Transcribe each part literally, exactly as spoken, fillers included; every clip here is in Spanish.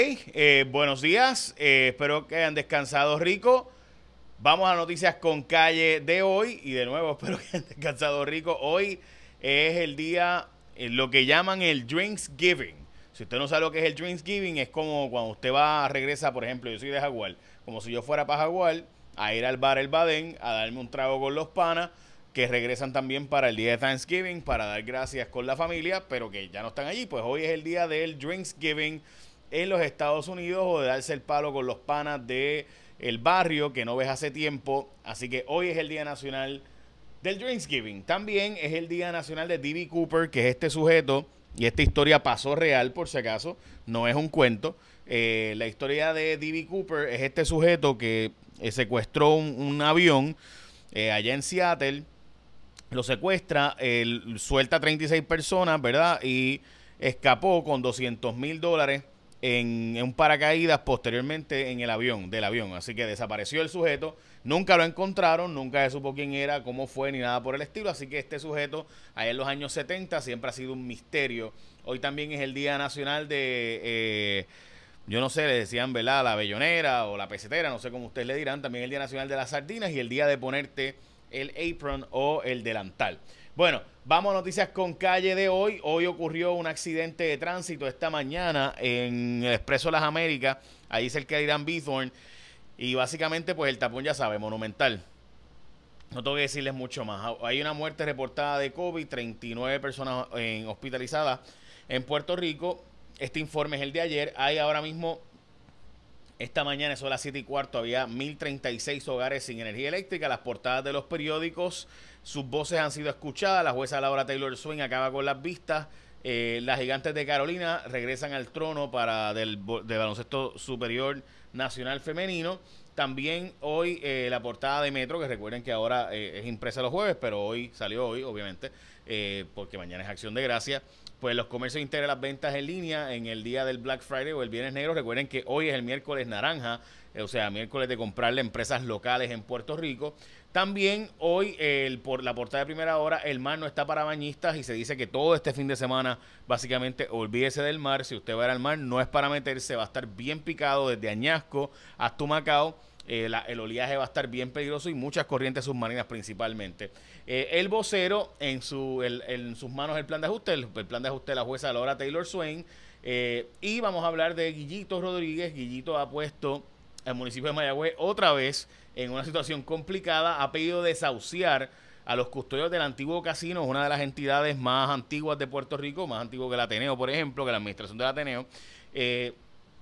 Eh, buenos días, eh, espero que hayan descansado rico. Vamos a noticias con calle de hoy y de nuevo espero que hayan descansado rico. Hoy es el día, eh, lo que llaman el Drinksgiving. Si usted no sabe lo que es el Drinksgiving, es como cuando usted va, regresa, por ejemplo, yo soy de Jaguar, como si yo fuera para Jaguar, a ir al bar El Badén, a darme un trago con los panas, que regresan también para el día de Thanksgiving, para dar gracias con la familia, pero que ya no están allí. Pues hoy es el día del Drinksgiving en los Estados Unidos, o de darse el palo con los panas de el barrio que no ves hace tiempo. Así que hoy es el día nacional del Drinksgiving. También es el día nacional de D B. Cooper, que es este sujeto, y esta historia pasó real por si acaso, no es un cuento. Eh, la historia de D B. Cooper es este sujeto que eh, secuestró un, un avión eh, allá en Seattle, lo secuestra, eh, suelta treinta y seis personas, ¿verdad? Y escapó con doscientos mil dólares en, en un paracaídas posteriormente en el avión, del avión. Así que desapareció el sujeto, nunca lo encontraron, nunca se supo quién era, cómo fue, ni nada por el estilo. Así que este sujeto, allá en los años setenta, siempre ha sido un misterio. Hoy también es el Día Nacional de... Eh, yo no sé, le decían, ¿verdad? La bellonera o la pesetera, no sé cómo ustedes le dirán. También el Día Nacional de las Sardinas y el día de ponerte el apron o el delantal. Bueno, vamos a noticias con calle de hoy. Hoy ocurrió un accidente de tránsito esta mañana en el Expreso Las Américas, ahí cerca de Irán Bithorn. Y básicamente, pues el tapón, ya sabe, monumental. No tengo que decirles mucho más. Hay una muerte reportada de COVID, treinta y nueve personas en, hospitalizadas en Puerto Rico. Este informe es el de ayer. Hay ahora mismo, esta mañana, eso a las siete y cuarto, había mil treinta y seis hogares sin energía eléctrica. Las portadas de los periódicos, sus voces han sido escuchadas. La jueza Laura Taylor Swain acaba con las vistas. Eh, las Gigantes de Carolina regresan al trono para del, del baloncesto superior nacional femenino. También hoy eh, la portada de Metro, que recuerden que ahora eh, es impresa los jueves, pero hoy salió hoy, obviamente, eh, porque mañana es Acción de Gracias. Pues los comercios integran las ventas en línea en el día del Black Friday o el Viernes Negro. Recuerden que hoy es el miércoles naranja, eh, o sea, miércoles de comprarle a empresas locales en Puerto Rico. También hoy, el, por la portada de primera hora, el mar no está para bañistas y se dice que todo este fin de semana, básicamente, olvídese del mar. Si usted va a ir al mar, no es para meterse, va a estar bien picado desde Añasco hasta Humacao. Eh, la, el oleaje va a estar bien peligroso y muchas corrientes submarinas principalmente. Eh, el vocero, en, su, el, en sus manos el plan de ajuste, el, el plan de ajuste de la jueza Laura Taylor Swain. Eh, y vamos a hablar de Guillito Rodríguez. Guillito ha puesto al municipio de Mayagüez otra vez en una situación complicada. Ha pedido desahuciar a los custodios del antiguo casino, una de las entidades más antiguas de Puerto Rico, más antiguo que el Ateneo, por ejemplo, que la administración del Ateneo. Eh,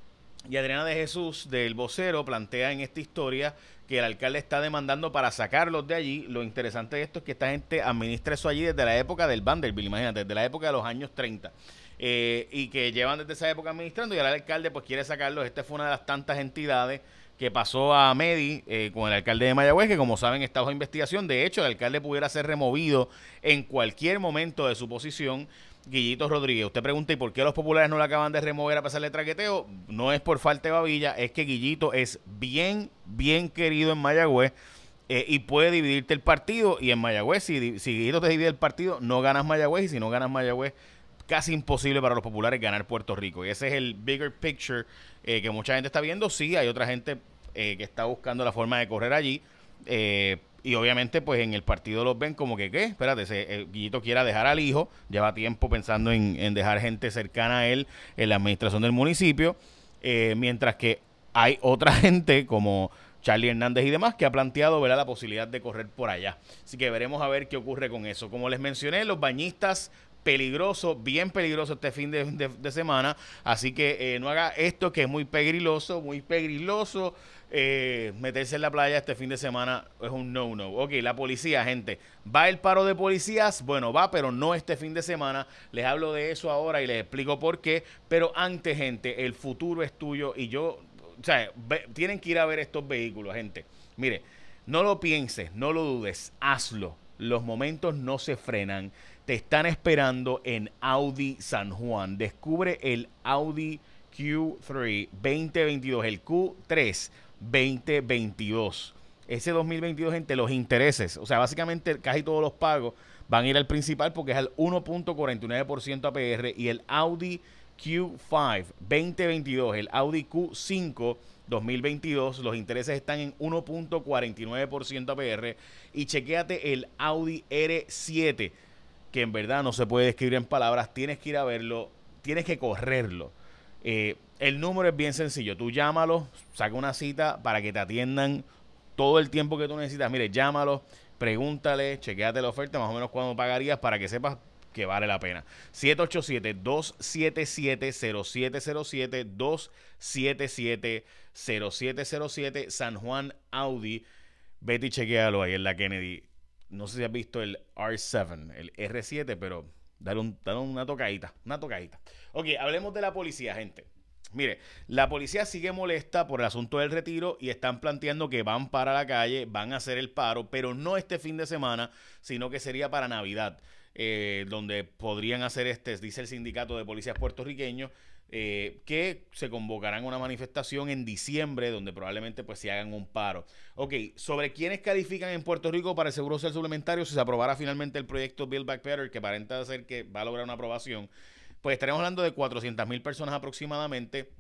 Y Adriana de Jesús, del vocero, plantea en esta historia que el alcalde está demandando para sacarlos de allí. Lo interesante de esto es que esta gente administra eso allí desde la época del Vanderbilt, imagínate, desde la época de los años treinta. Eh, y que llevan desde esa época administrando, y ahora el alcalde pues quiere sacarlos. Esta fue una de las tantas entidades que pasó a Medi eh, con el alcalde de Mayagüez, que como saben está bajo investigación. De hecho, el alcalde pudiera ser removido en cualquier momento de su posición. Guillito Rodríguez, usted pregunta, ¿y por qué los populares no lo acaban de remover a pasarle traqueteo? No es por falta de babilla, es que Guillito es bien, bien querido en Mayagüez eh, y puede dividirte el partido. Y en Mayagüez, si, si Guillito te divide el partido, no ganas Mayagüez, y si no ganas Mayagüez, casi imposible para los populares ganar Puerto Rico. Y ese es el bigger picture eh, que mucha gente está viendo. Sí, hay otra gente eh, que está buscando la forma de correr allí. Eh, y obviamente pues en el partido los ven como que, ¿qué? Espérate, ese, eh, Guillito quiera dejar al hijo, lleva tiempo pensando en, en dejar gente cercana a él en la administración del municipio, eh, mientras que hay otra gente como Charlie Hernández y demás que ha planteado, ¿verdad?, la posibilidad de correr por allá. Así que veremos a ver qué ocurre con eso. Como les mencioné, los bañistas, peligroso, bien peligroso este fin de, de, de semana, así que eh, no haga esto, que es muy peligroso, muy peligroso. Eh, meterse en la playa este fin de semana es un no-no. Ok, la policía, gente, ¿va el paro de policías? Bueno, va, pero no este fin de semana. Les hablo de eso ahora y les explico por qué. Pero antes, gente, el futuro es tuyo y yo, o sea, ve, tienen que ir a ver estos vehículos, gente. Mire, no lo pienses, no lo dudes, hazlo. Los momentos no se frenan. Te están esperando en Audi San Juan. Descubre el Audi Q tres veinte veintidós, el Q tres veinte veintidós. Ese dos mil veintidós, gente, los intereses, o sea, básicamente casi todos los pagos van a ir al principal porque es al uno punto cuarenta y nueve por ciento A P R, y el Audi Q cinco veinte veintidós, el Audi Q cinco dos mil veintidós, los intereses están en uno punto cuarenta y nueve por ciento A P R. Y chequéate el Audi R siete, que en verdad no se puede describir en palabras, tienes que ir a verlo, tienes que correrlo. Eh, el número es bien sencillo, tú llámalo, saca una cita para que te atiendan todo el tiempo que tú necesitas. Mire, llámalo, pregúntale, chequéate la oferta, más o menos cuándo pagarías para que sepas que vale la pena. siete ocho siete, dos siete siete, cero siete cero siete, dos siete siete, cero siete cero siete, San Juan Audi. Vete y chequéalo ahí en la Kennedy. No sé si has visto el R siete, el R siete, pero dale, un, dale una tocadita, una tocadita. Ok, hablemos de la policía, gente. Mire, la policía sigue molesta por el asunto del retiro y están planteando que van para la calle, van a hacer el paro, pero no este fin de semana, sino que sería para Navidad, eh, donde podrían hacer este, dice el sindicato de policías puertorriqueños, eh, que se convocarán una manifestación en diciembre, donde probablemente pues se hagan un paro. Ok, sobre quiénes califican en Puerto Rico para el seguro social suplementario, si se aprobara finalmente el proyecto Build Back Better, que aparenta ser que va a lograr una aprobación, pues estaremos hablando de cuatrocientas mil personas aproximadamente,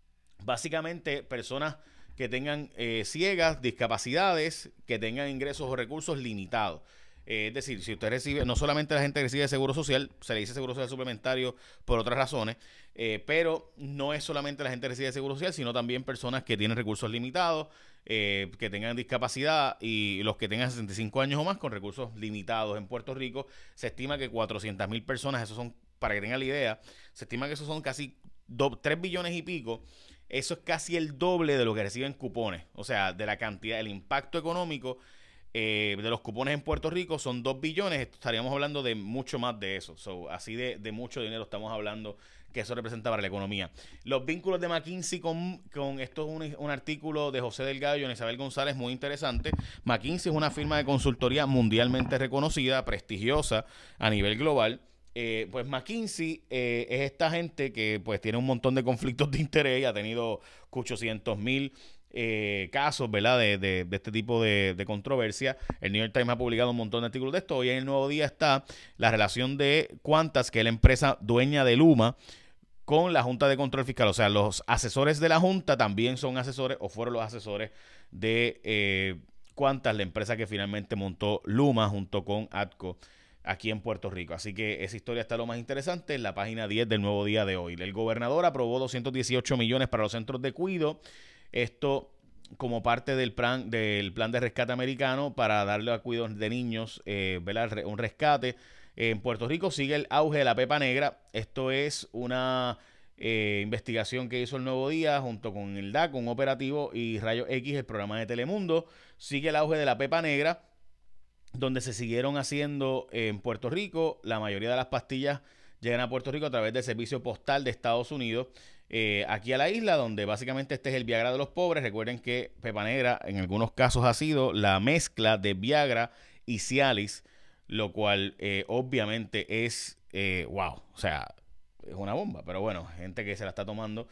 básicamente personas que tengan eh, ciegas, discapacidades, que tengan ingresos o recursos limitados. Eh, es decir, si usted recibe, no solamente la gente que recibe seguro social, se le dice seguro social suplementario por otras razones, eh, pero no es solamente la gente que recibe seguro social, sino también personas que tienen recursos limitados, eh, que tengan discapacidad y los que tengan sesenta y cinco años o más con recursos limitados. En Puerto Rico se estima que cuatrocientas mil personas, esos son, para que tengan la idea, se estima que esos son casi tres billones y pico. Eso es casi el doble de lo que reciben cupones, o sea, de la cantidad, el impacto económico Eh, de los cupones en Puerto Rico son dos billones, estaríamos hablando de mucho más de eso. So, así de, de mucho dinero estamos hablando que eso representa para la economía. Los vínculos de McKinsey con, con esto es un, un artículo de José Delgado y Isabel González muy interesante. McKinsey es una firma de consultoría mundialmente reconocida, prestigiosa a nivel global. Eh, pues McKinsey eh, es esta gente que pues tiene un montón de conflictos de interés y ha tenido ochocientos mil Eh, casos, ¿verdad? De, de, de este tipo de, de controversia. El New York Times ha publicado un montón de artículos de esto. Hoy en el Nuevo Día está la relación de Qantas, que es la empresa dueña de Luma, con la Junta de Control Fiscal. O sea, los asesores de la Junta también son asesores o fueron los asesores de eh, Qantas, la empresa que finalmente montó Luma junto con ATCO aquí en Puerto Rico. Así que esa historia está lo más interesante en la página diez del Nuevo Día de hoy. El gobernador aprobó doscientos dieciocho millones para los centros de cuido. Esto como parte del plan, del plan de rescate americano para darle a cuidados de niños, eh, ¿verdad? Un rescate. En Puerto Rico sigue el auge de la pepa negra. Esto es una eh, investigación que hizo el Nuevo Día junto con el D A C, un operativo, y Rayos X, el programa de Telemundo. Sigue el auge de la pepa negra, donde se siguieron haciendo eh, en Puerto Rico. La mayoría de las pastillas llegan a Puerto Rico a través del servicio postal de Estados Unidos. Eh, aquí a la isla, donde básicamente este es el Viagra de los pobres. Recuerden que pepa negra en algunos casos ha sido la mezcla de Viagra y Cialis, lo cual eh, obviamente es eh, wow, o sea, es una bomba, pero bueno, gente que se la está tomando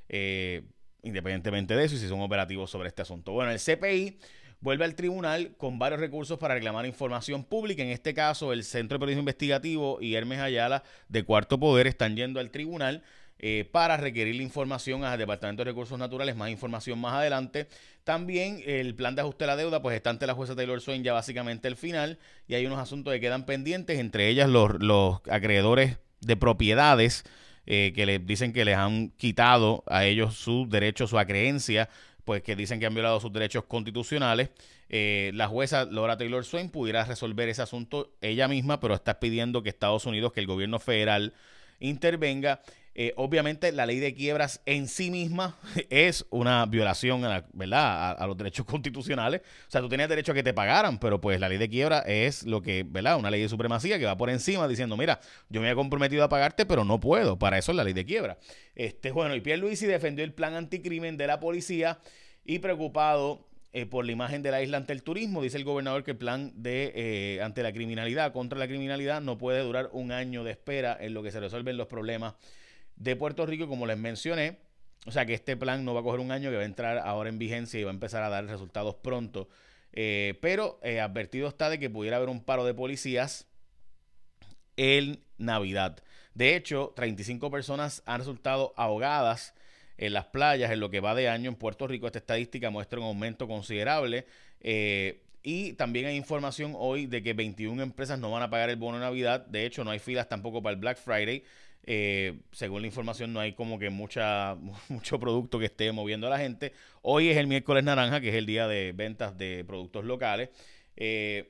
eh, independientemente de eso y si son operativos sobre este asunto. Bueno, el C P I vuelve al tribunal con varios recursos para reclamar información pública. En este caso, el Centro de Periodismo Investigativo y Hermes Ayala de Cuarto Poder están yendo al tribunal Eh, para requerir la información al Departamento de Recursos Naturales, más información más adelante. También el plan de ajuste de la deuda, pues está ante la jueza Taylor Swain ya básicamente el final, y hay unos asuntos que quedan pendientes, entre ellas los, los acreedores de propiedades eh, que les dicen que les han quitado a ellos su derecho, su acreencia, pues que dicen que han violado sus derechos constitucionales. Eh, la jueza Laura Taylor Swain pudiera resolver ese asunto ella misma, pero está pidiendo que Estados Unidos, que el gobierno federal intervenga. Eh, obviamente la ley de quiebras en sí misma es una violación a, la, ¿verdad? A, a los derechos constitucionales. O sea, tú tenías derecho a que te pagaran, pero pues la ley de quiebra es lo que, ¿verdad? Una ley de supremacía que va por encima diciendo, mira, yo me he comprometido a pagarte, pero no puedo. Para eso es la ley de quiebra. Este, bueno, y Pierluisi defendió el plan anticrimen de la policía y preocupado eh, por la imagen de la isla ante el turismo. Dice el gobernador que el plan de eh, ante la criminalidad, contra la criminalidad, no puede durar un año de espera en lo que se resuelven los problemas de Puerto Rico, como les mencioné. O sea que este plan no va a coger un año, que va a entrar ahora en vigencia y va a empezar a dar resultados pronto. Eh, pero eh, advertido está de que pudiera haber un paro de policías en Navidad. De hecho, treinta y cinco personas han resultado ahogadas en las playas en lo que va de año en Puerto Rico. Esta estadística muestra un aumento considerable. Eh, y también hay información hoy de que veintiuna empresas no van a pagar el bono de Navidad. De hecho, no hay filas tampoco para el Black Friday. Eh, según la información, no hay como que mucha mucho producto que esté moviendo a la gente. Hoy es el miércoles naranja, que es el día de ventas de productos locales. Eh,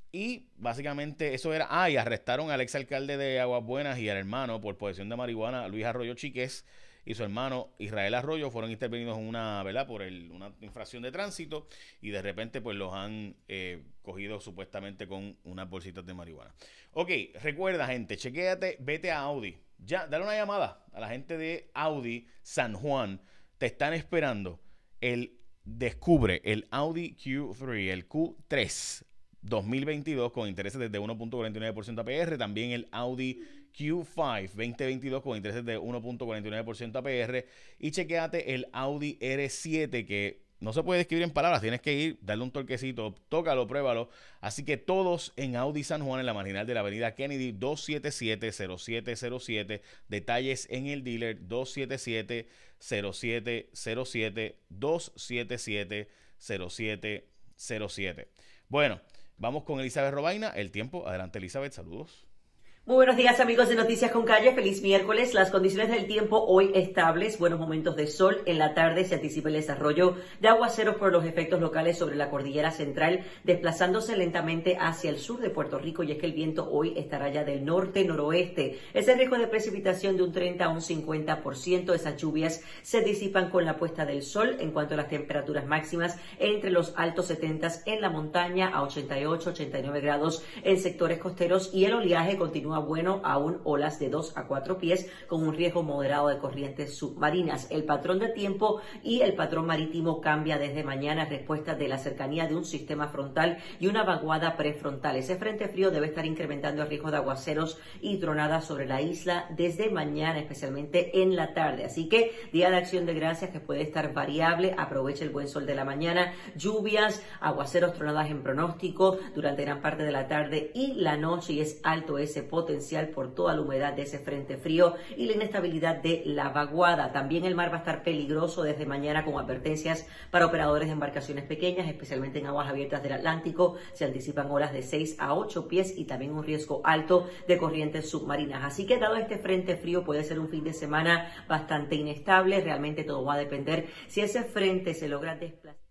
y básicamente eso era. Ah, y arrestaron al exalcalde de Aguas Buenas y al hermano por posesión de marihuana, Luis Arroyo Chiques, y su hermano Israel Arroyo fueron intervenidos en una, ¿verdad? Por el, una infracción de tránsito, y de repente pues los han eh, cogido supuestamente con unas bolsitas de marihuana. Ok, recuerda, gente, chequéate, vete a Audi. Ya, dale una llamada a la gente de Audi San Juan. Te están esperando. El descubre el Audi Q tres, el Q tres dos mil veintidós con intereses desde uno punto cuarenta y nueve por ciento A P R. También el Audi Q cinco veinte veintidós con intereses de uno punto cuarenta y nueve por ciento A P R. Y chequéate el Audi R siete, que no se puede describir en palabras. Tienes que ir, darle un torquecito, tócalo, pruébalo. Así que todos en Audi San Juan, en la marginal de la avenida Kennedy, dos siete siete, cero siete cero siete. Detalles en el dealer, dos siete siete, cero siete cero siete, dos siete siete, cero siete cero siete. Bueno, vamos con Elizabeth Robaina. El tiempo. Adelante, Elizabeth. Saludos. Muy buenos días, amigos de Noticias con Calle. Feliz miércoles. Las condiciones del tiempo hoy estables, buenos momentos de sol. En la tarde se anticipa el desarrollo de aguaceros por los efectos locales sobre la cordillera central, desplazándose lentamente hacia el sur de Puerto Rico, y es que el viento hoy estará ya del norte-noroeste. Ese riesgo de precipitación de un treinta a un cincuenta por ciento. Esas lluvias se disipan con la puesta del sol. En cuanto a las temperaturas máximas, entre los altos setenta en la montaña, a ochenta y ocho, ochenta y nueve grados en sectores costeros, y el oleaje continúa bueno, aún olas de dos a cuatro pies con un riesgo moderado de corrientes submarinas. El patrón de tiempo y el patrón marítimo cambia desde mañana en respuesta de la cercanía de un sistema frontal y una vaguada prefrontal. Ese frente frío debe estar incrementando el riesgo de aguaceros y tronadas sobre la isla desde mañana, especialmente en la tarde. Así que día de Acción de Gracias que puede estar variable. Aproveche el buen sol de la mañana. Lluvias, aguaceros, tronadas en pronóstico durante gran parte de la tarde y la noche, y es alto ese potencial por toda la humedad de ese frente frío y la inestabilidad de la vaguada. También el mar va a estar peligroso desde mañana, con advertencias para operadores de embarcaciones pequeñas, especialmente en aguas abiertas del Atlántico. Se anticipan olas de seis a ocho pies y también un riesgo alto de corrientes submarinas. Así que, dado este frente frío, puede ser un fin de semana bastante inestable. Realmente todo va a depender si ese frente se logra desplazar.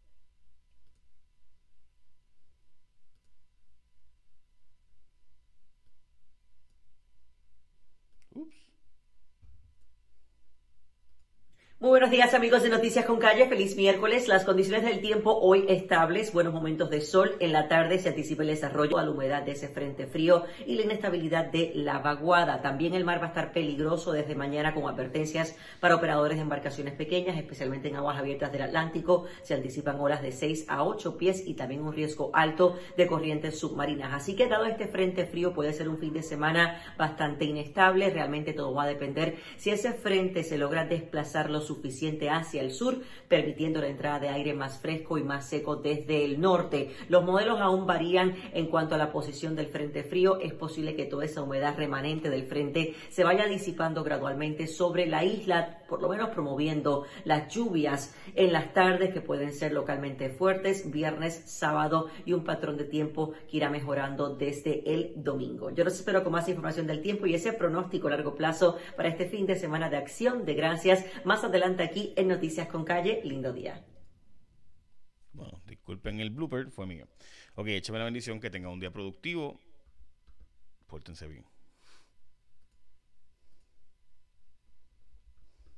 Muy buenos días, amigos de Noticias con Calle. Feliz miércoles. Las condiciones del tiempo hoy estables, buenos momentos de sol. En la tarde se anticipa el desarrollo a la humedad de ese frente frío y la inestabilidad de la vaguada. También el mar va a estar peligroso desde mañana, con advertencias para operadores de embarcaciones pequeñas, especialmente en aguas abiertas del Atlántico. Se anticipan olas de seis a ocho pies y también un riesgo alto de corrientes submarinas. Así que, dado este frente frío, puede ser un fin de semana bastante inestable. Realmente todo va a depender si ese frente se logra desplazar los suficiente hacia el sur, permitiendo la entrada de aire más fresco y más seco desde el norte. Los modelos aún varían en cuanto a la posición del frente frío. Es posible que toda esa humedad remanente del frente se vaya disipando gradualmente sobre la isla, por lo menos promoviendo las lluvias en las tardes, que pueden ser localmente fuertes, viernes, sábado, y un patrón de tiempo que irá mejorando desde el domingo. Yo los espero con más información del tiempo y ese pronóstico a largo plazo para este fin de semana de Acción de Gracias más adelante aquí en Noticias con Calle. Lindo día. Bueno, disculpen el blooper, fue mío. Ok, échame la bendición, que tenga un día productivo. Pórtense bien.